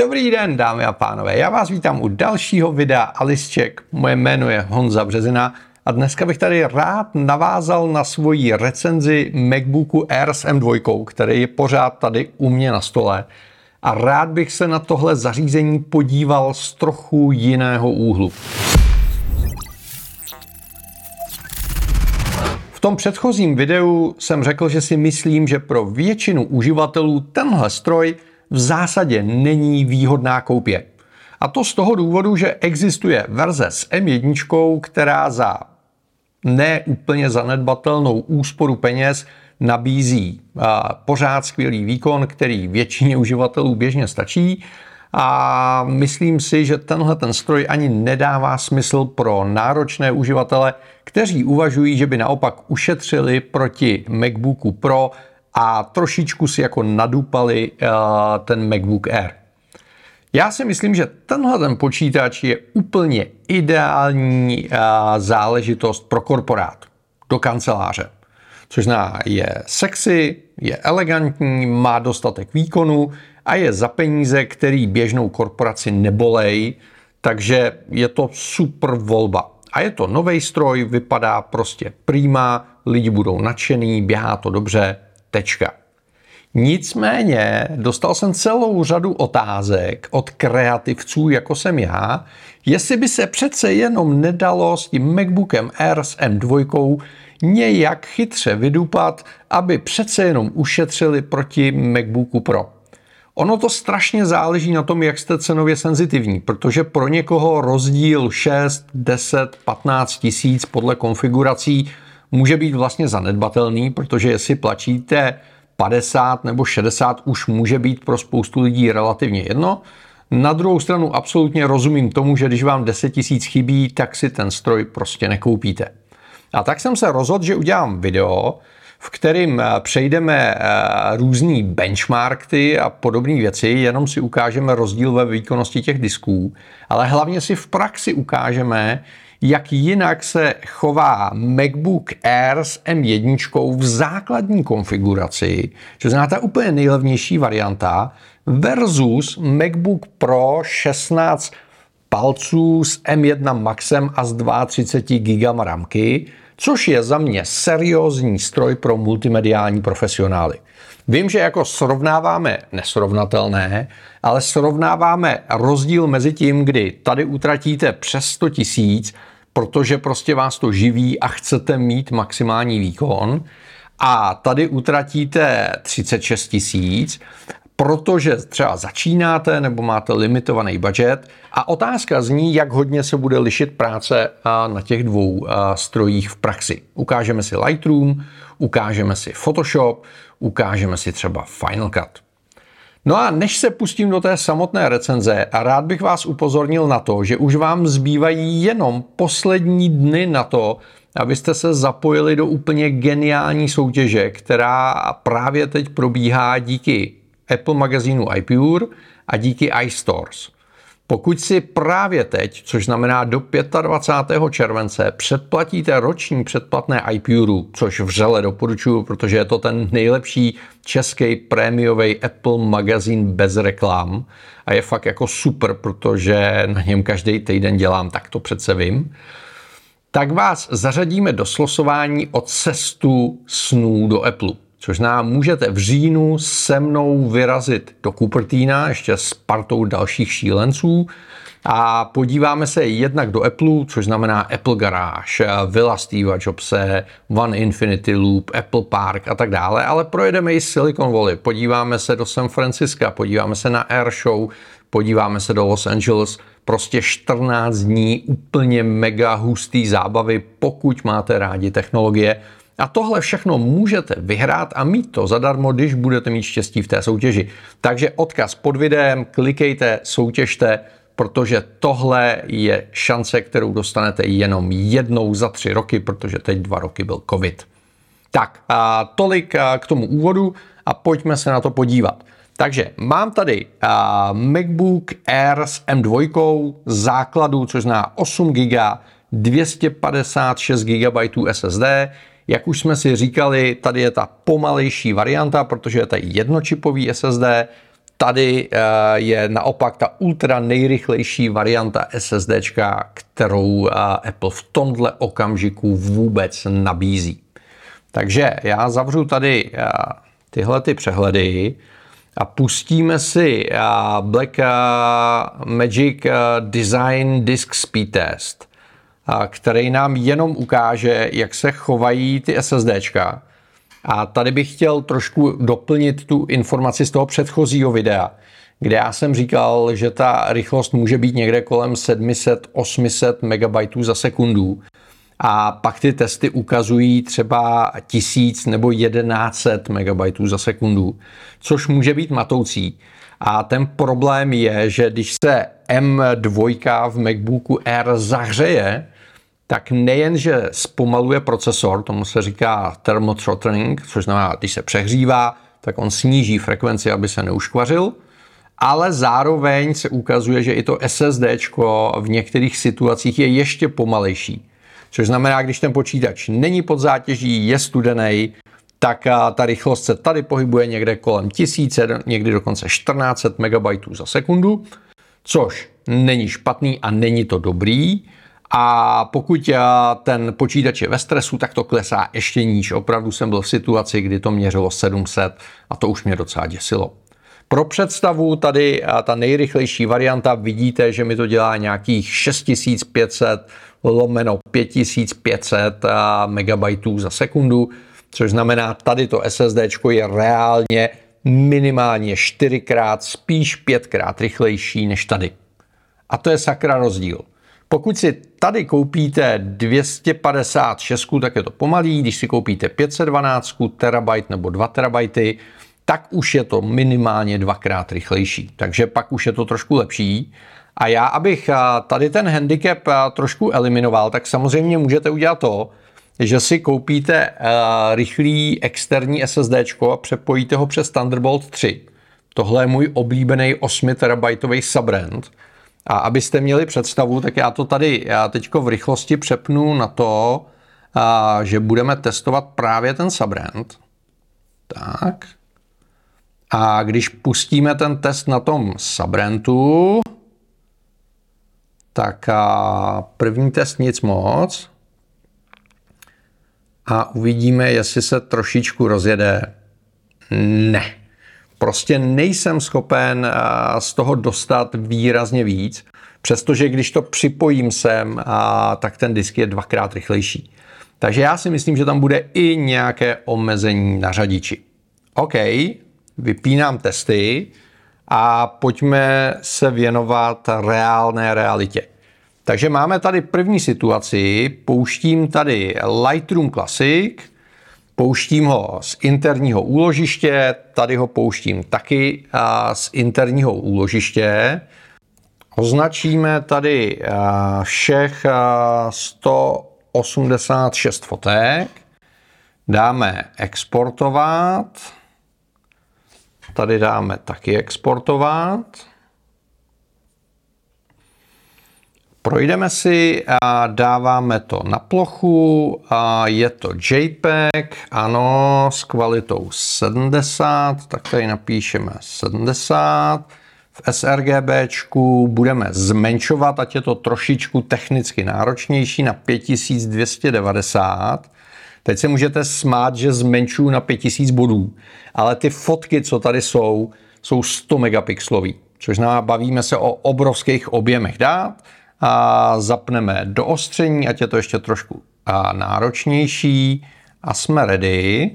Dobrý den, dámy a pánové, já vás vítám u dalšího videa Alisček. Moje jméno je Honza Březina a dneska bych tady rád navázal na svoji recenzi MacBooku Air s M2, který je pořád tady u mě na stole. A rád bych se na tohle zařízení podíval z trochu jiného úhlu. V tom předchozím videu jsem řekl, že si myslím, že pro většinu uživatelů tenhle stroj v zásadě není výhodná koupě. A to z toho důvodu, že existuje verze s M1, která za neúplně zanedbatelnou úsporu peněz nabízí pořád skvělý výkon, který většině uživatelů běžně stačí. A myslím si, že tenhle ten stroj ani nedává smysl pro náročné uživatele, kteří uvažují, že by naopak ušetřili proti MacBooku Pro a trošičku si jako nadupali ten MacBook Air. Já si myslím, že tenhle ten počítač je úplně ideální záležitost pro korporát do kanceláře. Což znamená, je sexy, je elegantní, má dostatek výkonu a je za peníze, který běžnou korporaci nebolej, takže je to super volba. A je to nový stroj, vypadá prostě prima, lidi budou nadšený, běhá to dobře, tečka. Nicméně dostal jsem celou řadu otázek od kreativců, jako jsem já, jestli by se přece jenom nedalo s tím MacBookem Air s M2 nějak chytře vydupat, aby přece jenom ušetřili proti MacBooku Pro. Ono to strašně záleží na tom, jak jste cenově senzitivní, protože pro někoho rozdíl 6, 10, 15 tisíc podle konfigurací může být vlastně zanedbatelný, protože jestli platíte 50 nebo 60, už může být pro spoustu lidí relativně jedno. Na druhou stranu absolutně rozumím tomu, že když vám 10 tisíc chybí, tak si ten stroj prostě nekoupíte. A tak jsem se rozhodl, že udělám video, v kterém přejdeme různý benchmarky a podobné věci, jenom si ukážeme rozdíl ve výkonnosti těch disků, ale hlavně si v praxi ukážeme, jak jinak se chová MacBook Air s M1 v základní konfiguraci, což znamená ta úplně nejlevnější varianta, versus MacBook Pro 16 palců s M1 Maxem a s 32 GB ramky, což je za mě seriózní stroj pro multimediální profesionály. Vím, že jako srovnáváme nesrovnatelné, ale srovnáváme rozdíl mezi tím, kdy tady utratíte přes 100 tisíc, protože prostě vás to živí a chcete mít maximální výkon, a tady utratíte 36 tisíc, protože třeba začínáte nebo máte limitovaný budget, a otázka zní, jak hodně se bude lišit práce na těch dvou strojích v praxi. Ukážeme si Lightroom, ukážeme si Photoshop, ukážeme si třeba Final Cut. No a než se pustím do té samotné recenze, rád bych vás upozornil na to, že už vám zbývají jenom poslední dny na to, abyste se zapojili do úplně geniální soutěže, která právě teď probíhá díky Apple magazínu iPure a díky iStores. Pokud si právě teď, což znamená do 25. července, předplatíte roční předplatné iPure, což vřele doporučuji, protože je to ten nejlepší český prémiový Apple magazín bez reklam a je fakt jako super, protože na něm každý týden dělám, tak to přece vím, tak vás zařadíme do slosování o cestu snů do Apple. Což znamená, můžete v říjnu se mnou vyrazit do Cupertina ještě s partou dalších šílenců a podíváme se jednak do Apple, což znamená Apple Garage, Villa Steva Jobse, One Infinity Loop, Apple Park a tak dále, ale projedeme i Silicon Valley, podíváme se do San Francisca, podíváme se na Air Show, podíváme se do Los Angeles, prostě 14 dní úplně mega hustý zábavy, pokud máte rádi technologie. A tohle všechno můžete vyhrát a mít to zadarmo, když budete mít štěstí v té soutěži. Takže odkaz pod videem, klikejte, soutěžte, protože tohle je šance, kterou dostanete jenom jednou za 3 roky, protože teď 2 roky byl covid. Tak, tolik k tomu úvodu a pojďme se na to podívat. Takže mám tady MacBook Air s M2 základu, což znamená 8 GB, 256 GB SSD. Jak už jsme si říkali, tady je ta pomalejší varianta, protože je tady jednočipový SSD. tady je naopak ta ultra nejrychlejší varianta SSDčka, kterou Apple v tomhle okamžiku vůbec nabízí. Takže já zavřu tady tyhle ty přehledy a pustíme si Blackmagic Design Disk Speed Test, který nám jenom ukáže, jak se chovají ty SSDčka. A tady bych chtěl trošku doplnit tu informaci z toho předchozího videa, kde já jsem říkal, že ta rychlost může být někde kolem 700-800 MB za sekundu. A pak ty testy ukazují třeba 1000 nebo 1100 MB za sekundu, což může být matoucí. A ten problém je, že když se M2 v MacBooku Air zahřeje, tak nejen, že zpomaluje procesor, tomu se říká thermothrottling, což znamená, když se přehřívá, tak on sníží frekvenci, aby se neuškvařil, ale zároveň se ukazuje, že i to SSDčko v některých situacích je ještě pomalejší. Což znamená, když ten počítač není pod zátěží, je studený, tak ta rychlost se tady pohybuje někde kolem 1000, někdy dokonce 1400 MB za sekundu, což není špatný a není to dobrý. A pokud ten počítač je ve stresu, tak to klesá ještě níž. Opravdu jsem byl v situaci, kdy to měřilo 700 a to už mě docela děsilo. Pro představu tady ta nejrychlejší varianta, vidíte, že mi to dělá nějakých 6500 lomeno 5500 MB za sekundu, což znamená, tady to SSDčko je reálně minimálně 4x, spíš 5x rychlejší než tady. A to je sakra rozdíl. Pokud si tady koupíte 256, tak je to pomalý, když si koupíte 512 TB nebo 2 TB, tak už je to minimálně 2x rychlejší. Takže pak už je to trošku lepší. A já, abych tady ten handicap trošku eliminoval, tak samozřejmě můžete udělat to, že si koupíte rychlý externí SSDčko a přepojíte ho přes Thunderbolt 3. Tohle je můj oblíbený 8 TB subbrand. A abyste měli představu, tak já to tady teďko v rychlosti přepnu na to, že budeme testovat právě ten subbrand. Tak. A když pustíme ten test na tom subrandu, tak první test nic moc. A uvidíme, jestli se trošičku rozjede. Ne. Prostě nejsem schopen z toho dostat výrazně víc, přestože když to připojím sem, tak ten disk je 2x rychlejší. Takže já si myslím, že tam bude i nějaké omezení na řadiči. OK, vypínám testy a pojďme se věnovat reálné realitě. Takže máme tady první situaci, pouštím tady Lightroom Classic, pouštím ho z interního úložiště, tady ho pouštím taky z interního úložiště. Označíme tady všech 186 fotek, dáme exportovat, tady dáme taky exportovat. Projdeme si a dáváme to na plochu, a je to JPEG, ano, s kvalitou 70, tak tady napíšeme 70. V sRGBčku budeme zmenšovat, ať je to trošičku technicky náročnější, na 5290. Teď se můžete smát, že zmenšuju na 5000 bodů, ale ty fotky, co tady jsou 100 megapixelový, což znamená, bavíme se o obrovských objemech dat. A zapneme doostření, ať je to ještě trošku náročnější a jsme ready.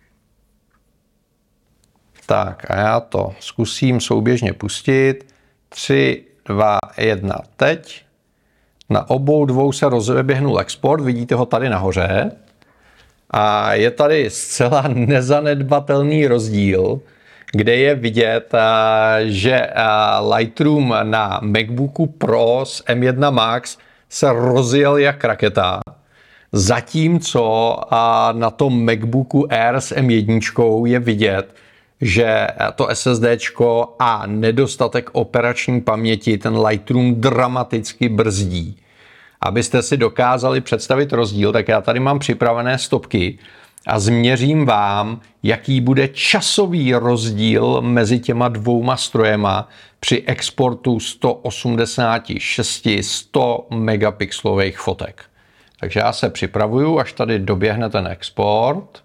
Tak a já to zkusím souběžně pustit. 3, 2, 1, teď. Na obou dvou se rozeběhnul export, vidíte ho tady nahoře. A je tady zcela nezanedbatelný rozdíl, kde je vidět, že Lightroom na MacBooku Pro s M1 Max se rozjel jak raketa, zatímco na tom MacBooku Air s M1 je vidět, že to SSDčko a nedostatek operační paměti ten Lightroom dramaticky brzdí. Abyste si dokázali představit rozdíl, tak já tady mám připravené stopky a změřím vám, jaký bude časový rozdíl mezi těma dvouma strojema při exportu 186 100 megapixelových fotek. Takže já se připravuju, až tady doběhne ten export.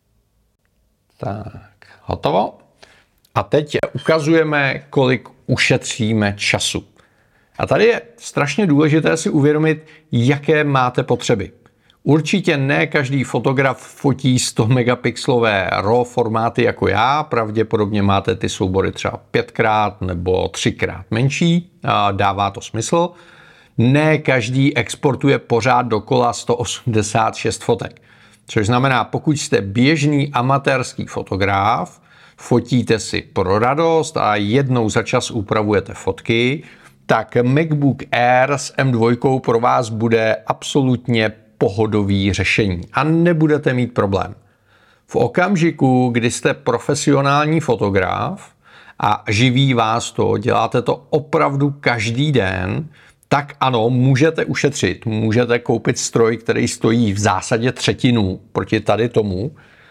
Tak, hotovo. A teď ukazujeme, kolik ušetříme času. A tady je strašně důležité si uvědomit, jaké máte potřeby. Určitě ne každý fotograf fotí 100 megapixelové RAW formáty jako já, pravděpodobně máte ty soubory třeba 5x nebo 3x menší, dává to smysl. Ne každý exportuje pořád dokola 186 fotek. Což znamená, pokud jste běžný amatérský fotograf, fotíte si pro radost a jednou za čas upravujete fotky, tak MacBook Air s M2 pro vás bude absolutně pohodový řešení a nebudete mít problém. V okamžiku, kdy jste profesionální fotograf a živí vás to, děláte to opravdu každý den, tak ano, můžete ušetřit. Můžete koupit stroj, který stojí v zásadě třetinu proti tady tomu.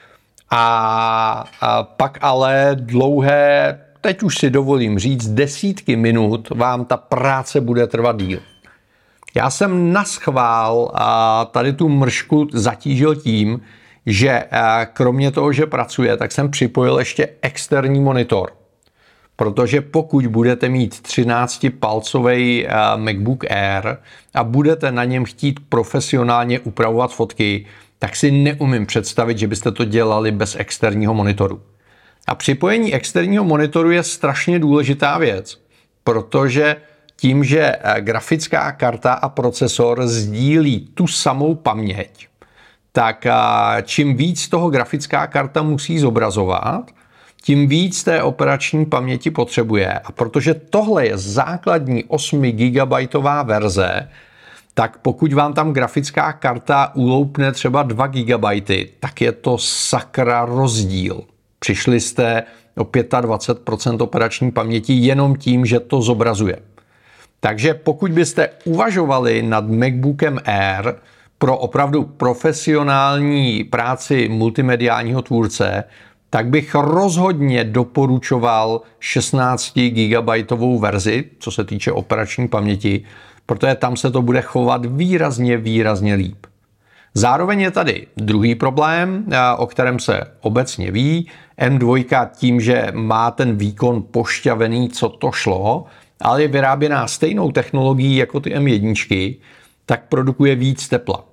A pak ale dlouhé, teď už si dovolím říct, desítky minut vám ta práce bude trvat díl. Já jsem naschvál tady tu mršku zatížil tím, že kromě toho, že pracuje, tak jsem připojil ještě externí monitor. Protože pokud budete mít 13-palcový MacBook Air a budete na něm chtít profesionálně upravovat fotky, tak si neumím představit, že byste to dělali bez externího monitoru. A připojení externího monitoru je strašně důležitá věc, protože tím, že grafická karta a procesor sdílí tu samou paměť, tak čím víc toho grafická karta musí zobrazovat, tím víc té operační paměti potřebuje. A protože tohle je základní 8 GB verze, tak pokud vám tam grafická karta uloupne třeba 2 GB, tak je to sakra rozdíl. Přišli jste o 25% operační paměti jenom tím, že to zobrazuje. Takže pokud byste uvažovali nad MacBookem Air pro opravdu profesionální práci multimediálního tvůrce, tak bych rozhodně doporučoval 16 GB verzi, co se týče operační paměti, protože tam se to bude chovat výrazně líp. Zároveň je tady druhý problém, o kterém se obecně ví. M2 tím, že má ten výkon pošťavený, co to šlo, ale je vyráběná stejnou technologií jako ty M1, tak produkuje víc tepla.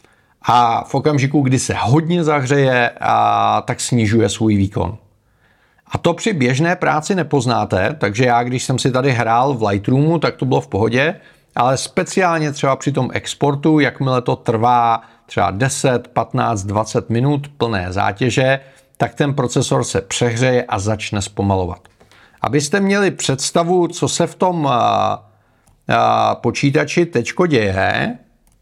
A v okamžiku, kdy se hodně zahřeje, tak snižuje svůj výkon. A to při běžné práci nepoznáte, takže já, když jsem si tady hrál v Lightroomu, tak to bylo v pohodě, ale speciálně třeba při tom exportu, jakmile to trvá třeba 10, 15, 20 minut plné zátěže, tak ten procesor se přehřeje a začne zpomalovat. Abyste měli představu, co se v tom počítači teďko děje,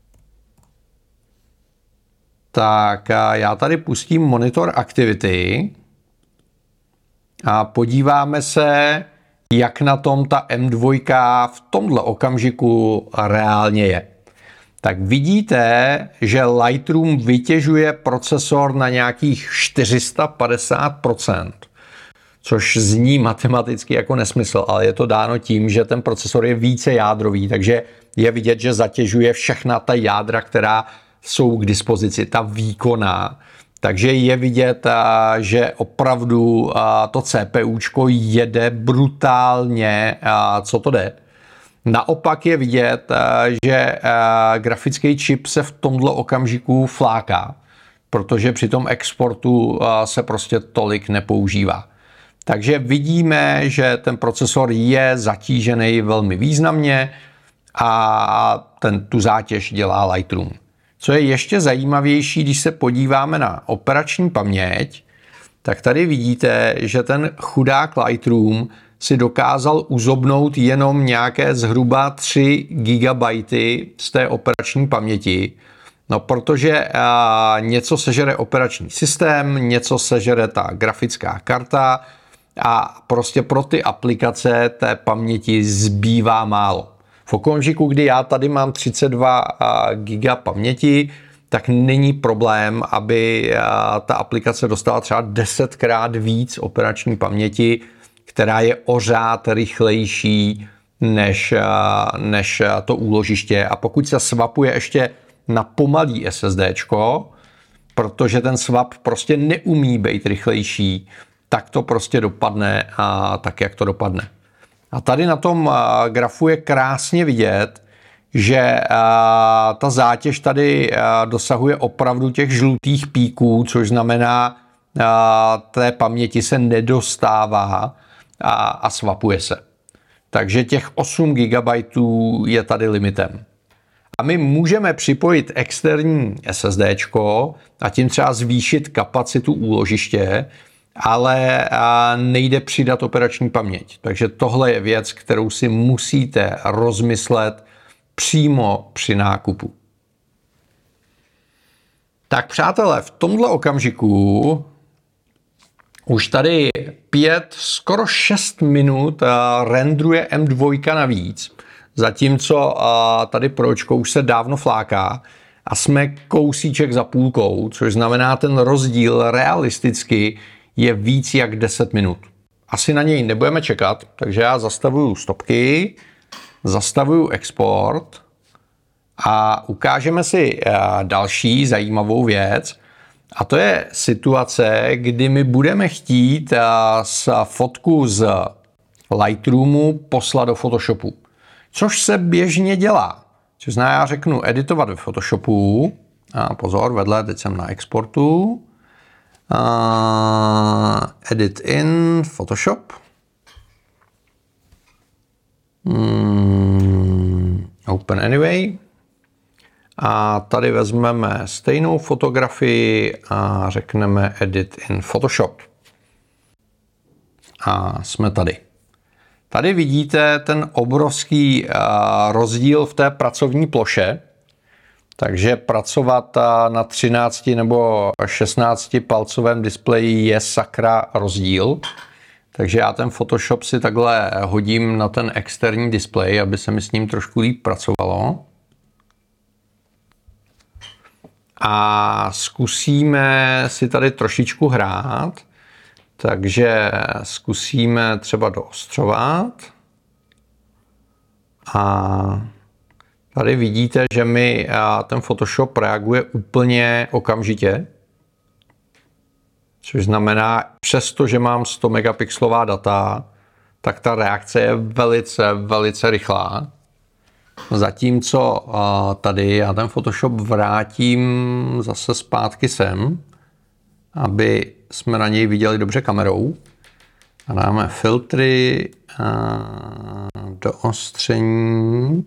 tak já tady pustím monitor activity a podíváme se, jak na tom ta M2 v tomhle okamžiku reálně je. Tak vidíte, že Lightroom vytěžuje procesor na nějakých 450%, což zní matematicky jako nesmysl, ale je to dáno tím, že ten procesor je více jádrový, takže je vidět, že zatěžuje všechna ta jádra, která jsou k dispozici, ta výkonná. Takže je vidět, že opravdu to CPUčko jede brutálně, co to jde. Naopak je vidět, že grafický čip se v tomto okamžiku fláká, protože při tom exportu se prostě tolik nepoužívá. Takže vidíme, že ten procesor je zatížený velmi významně a tu zátěž dělá Lightroom. Co je ještě zajímavější, když se podíváme na operační paměť, tak tady vidíte, že ten chudák Lightroom si dokázal uzobnout jenom nějaké zhruba 3 GB z té operační paměti. No, protože něco sežere operační systém, něco sežere ta grafická karta a prostě pro ty aplikace té paměti zbývá málo. V okamžiku, kdy já tady mám 32 GB paměti, tak není problém, aby ta aplikace dostala třeba 10krát víc operační paměti, která je o řád rychlejší než to úložiště. A pokud se swapuje ještě na pomalý SSDčko, protože ten swap prostě neumí být rychlejší, tak to prostě dopadne tak, jak to dopadne. A tady na tom grafu je krásně vidět, že ta zátěž tady dosahuje opravdu těch žlutých píků, což znamená, té paměti se nedostává a swapuje se. Takže těch 8 GB je tady limitem. A my můžeme připojit externí SSDčko a tím třeba zvýšit kapacitu úložiště, ale nejde přidat operační paměť. Takže tohle je věc, kterou si musíte rozmyslet přímo při nákupu. Tak přátelé, v tomhle okamžiku už tady 5, skoro 6 minut rendruje M2 navíc, zatímco tady pročko už se dávno fláká a jsme kousíček za půlkou, což znamená, ten rozdíl realisticky je víc jak 10 minut. Asi na něj nebudeme čekat, takže já zastavuju stopky, zastavuju export a ukážeme si další zajímavou věc. A to je situace, kdy my budeme chtít fotku z Lightroomu poslat do Photoshopu. Což se běžně dělá. Což znamená, já řeknu editovat ve Photoshopu. A pozor, vedle, teď jsem na exportu. Edit in Photoshop. Open anyway. A tady vezmeme stejnou fotografii a řekneme edit in Photoshop. A jsme tady. Tady vidíte ten obrovský rozdíl v té pracovní ploše. Takže pracovat na 13 nebo 16 palcovém displeji je sakra rozdíl. Takže já ten Photoshop si takhle hodím na ten externí displej, aby se mi s ním trošku líp pracovalo. A zkusíme si tady trošičku hrát. Takže zkusíme třeba doostřovat. A tady vidíte, že mi ten Photoshop reaguje úplně okamžitě. Což znamená, přestože mám 100 megapixelová data, tak ta reakce je velice, velice rychlá. Zatímco tady já ten Photoshop vrátím zase zpátky sem, aby jsme na něj viděli dobře kamerou. A dáme filtry, doostření.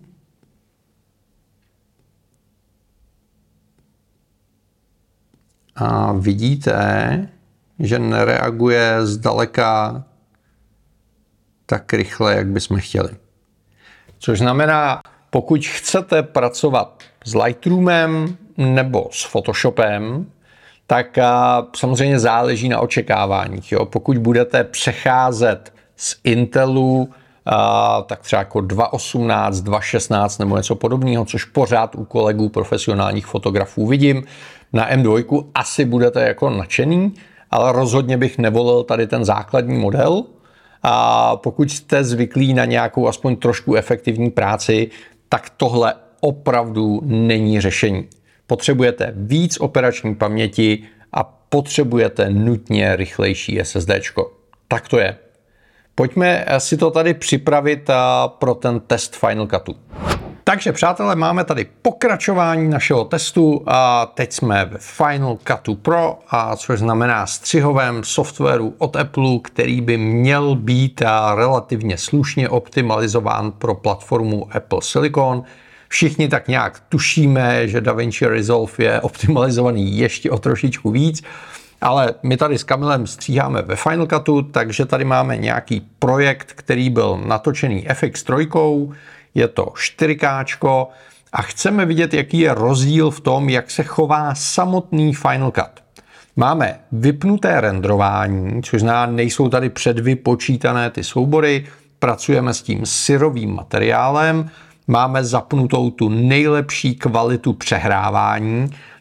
A vidíte, že nereaguje zdaleka tak rychle, jak bychom chtěli. Což znamená, pokud chcete pracovat s Lightroomem nebo s Photoshopem, tak samozřejmě záleží na očekáváních. Jo? Pokud budete přecházet z Intelu, tak třeba jako 2.18, 2.16 nebo něco podobného, což pořád u kolegů profesionálních fotografů vidím, na M2 asi budete jako nadšený, ale rozhodně bych nevolil tady ten základní model. A pokud jste zvyklí na nějakou aspoň trošku efektivní práci, tak tohle opravdu není řešení. Potřebujete víc operační paměti a potřebujete nutně rychlejší SSDčko. Tak to je. Pojďme si to tady připravit pro ten test Final Cutu. Takže přátelé, máme tady pokračování našeho testu a teď jsme ve Final Cutu Pro, což znamená střihovém softwaru od Apple, který by měl být relativně slušně optimalizován pro platformu Apple Silicon. Všichni tak nějak tušíme, že DaVinci Resolve je optimalizovaný ještě o trošičku víc, ale my tady s Kamilem stříháme ve Final Cutu, takže tady máme nějaký projekt, který byl natočený FX3, je to 4K a chceme vidět, jaký je rozdíl v tom, jak se chová samotný Final Cut. Máme vypnuté renderování, což znamená, nejsou tady předvypočítané ty soubory, pracujeme s tím syrovým materiálem, máme zapnutou tu nejlepší kvalitu přehrávání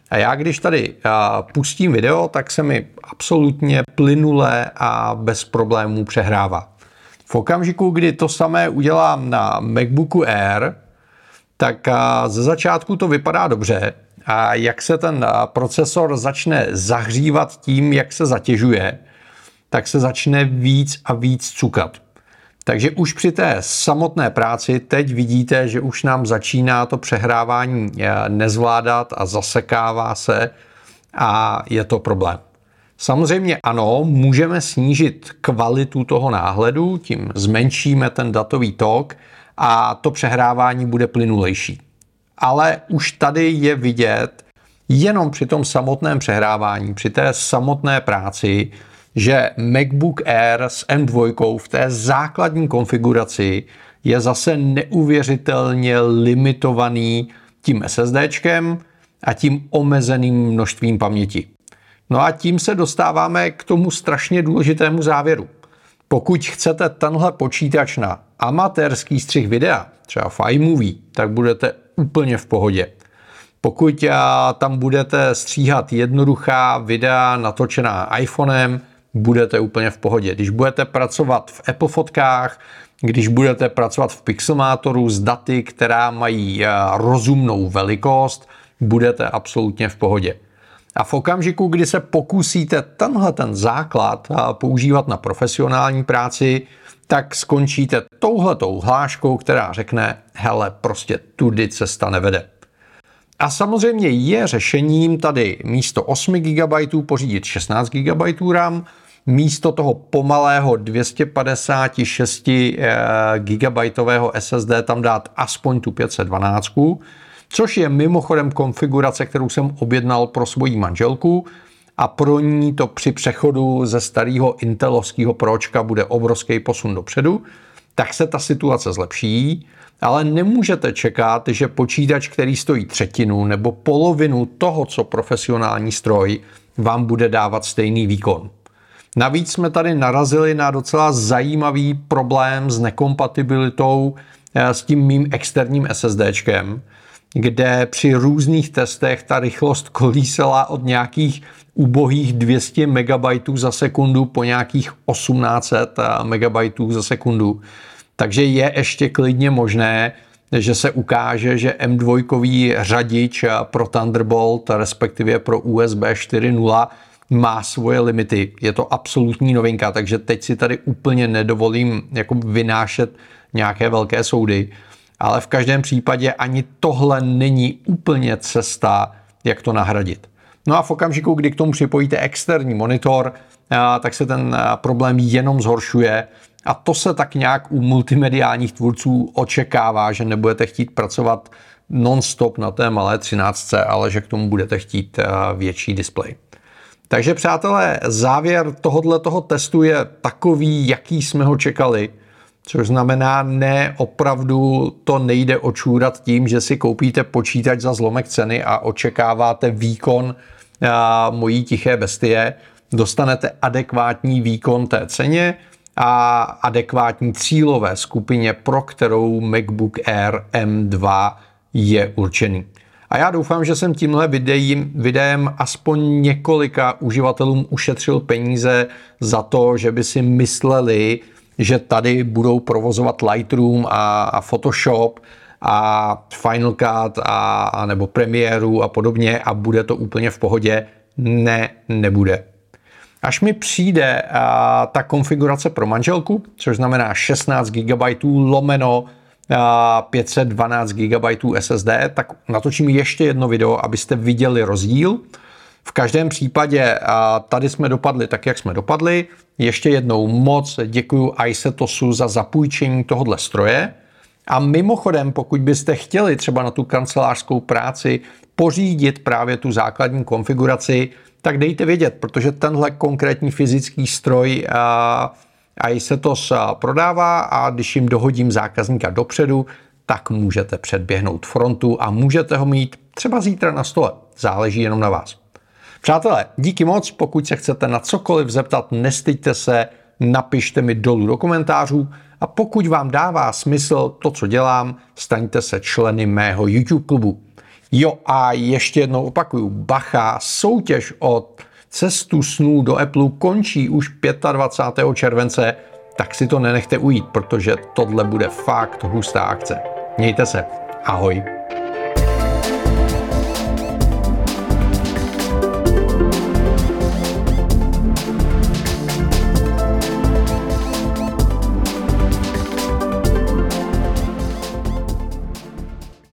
A já když tady pustím video, tak se mi absolutně plynule a bez problémů přehrává. V okamžiku, kdy to samé udělám na MacBooku Air, tak ze začátku to vypadá dobře a jak se ten procesor začne zahřívat tím, jak se zatěžuje, tak se začne víc a víc cukat. Takže už při té samotné práci teď vidíte, že už nám začíná to přehrávání nezvládat a zasekává se a je to problém. Samozřejmě ano, můžeme snížit kvalitu toho náhledu, tím zmenšíme ten datový tok a to přehrávání bude plynulejší. Ale už tady je vidět jenom při tom samotném přehrávání, při té samotné práci, že MacBook Air s M2 v té základní konfiguraci je zase neuvěřitelně limitovaný tím SSDčkem a tím omezeným množstvím paměti. No a tím se dostáváme k tomu strašně důležitému závěru. Pokud chcete tenhle počítač na amatérský střih videa, třeba v iMovie, tak budete úplně v pohodě. Pokud tam budete stříhat jednoduchá videa natočená iPhonem, budete úplně v pohodě. Když budete pracovat v Apple fotkách, když budete pracovat v Pixelmatoru s daty, která mají rozumnou velikost, budete absolutně v pohodě. A v okamžiku, kdy se pokusíte tenhle ten základ používat na profesionální práci, tak skončíte touhletou hláškou, která řekne, hele, prostě tudy cesta nevede. A samozřejmě je řešením tady místo 8 GB pořídit 16 GB RAM, místo toho pomalého 256 GB SSD tam dát aspoň tu 512, což je mimochodem konfigurace, kterou jsem objednal pro svoji manželku a pro ní to při přechodu ze starého intelovského Pročka bude obrovský posun dopředu, tak se ta situace zlepší, ale nemůžete čekat, že počítač, který stojí třetinu nebo polovinu toho, co profesionální stroj, vám bude dávat stejný výkon. Navíc jsme tady narazili na docela zajímavý problém s nekompatibilitou s tím mým externím SSDčkem, kde při různých testech ta rychlost kolísala od nějakých ubohých 200 MB za sekundu po nějakých 1800 MB za sekundu. Takže je ještě klidně možné, že se ukáže, že M2 řadič pro Thunderbolt, respektive pro USB 4.0, má svoje limity. Je to absolutní novinka, takže teď si tady úplně nedovolím jako vynášet nějaké velké soudy. Ale v každém případě ani tohle není úplně cesta, jak to nahradit. No a v okamžiku, kdy k tomu připojíte externí monitor, tak se ten problém jenom zhoršuje a to se tak nějak u multimediálních tvůrců očekává, že nebudete chtít pracovat non-stop na té malé 13, ale že k tomu budete chtít větší displej. Takže přátelé, závěr tohoto testu je takový, jaký jsme ho čekali. Což znamená, ne, opravdu to nejde očůrat tím, že si koupíte počítač za zlomek ceny a očekáváte výkon mojí tiché bestie. Dostanete adekvátní výkon té ceně a adekvátní cílové skupině, pro kterou MacBook Air M2 je určený. A já doufám, že jsem tímhle videem aspoň několika uživatelům ušetřil peníze za to, že by si mysleli, že tady budou provozovat Lightroom a Photoshop a Final Cut a nebo Premiéru a podobně a bude to úplně v pohodě. Ne, nebude. Až mi přijde ta konfigurace pro manželku, což znamená 16 GB lomeno 512 GB SSD, tak natočím ještě jedno video, abyste viděli rozdíl. V každém případě tady jsme dopadli tak, jak jsme dopadli. Ještě jednou moc děkuju iSetosu za zapůjčení tohohle stroje. A mimochodem, pokud byste chtěli třeba na tu kancelářskou práci pořídit právě tu základní konfiguraci, tak dejte vědět, protože tenhle konkrétní fyzický stroj iSetos prodává a když jim dohodím zákazníka dopředu, tak můžete předběhnout frontu a můžete ho mít třeba zítra na stole. Záleží jenom na vás. Přátelé, díky moc, pokud se chcete na cokoliv zeptat, nestyďte se, napište mi dolů do komentářů a pokud vám dává smysl to, co dělám, staňte se členy mého YouTube klubu. Jo a ještě jednou opakuju, bacha, soutěž od Cestu snů do Apple končí už 25. července, tak si to nenechte ujít, protože tohle bude fakt hustá akce. Mějte se. Ahoj.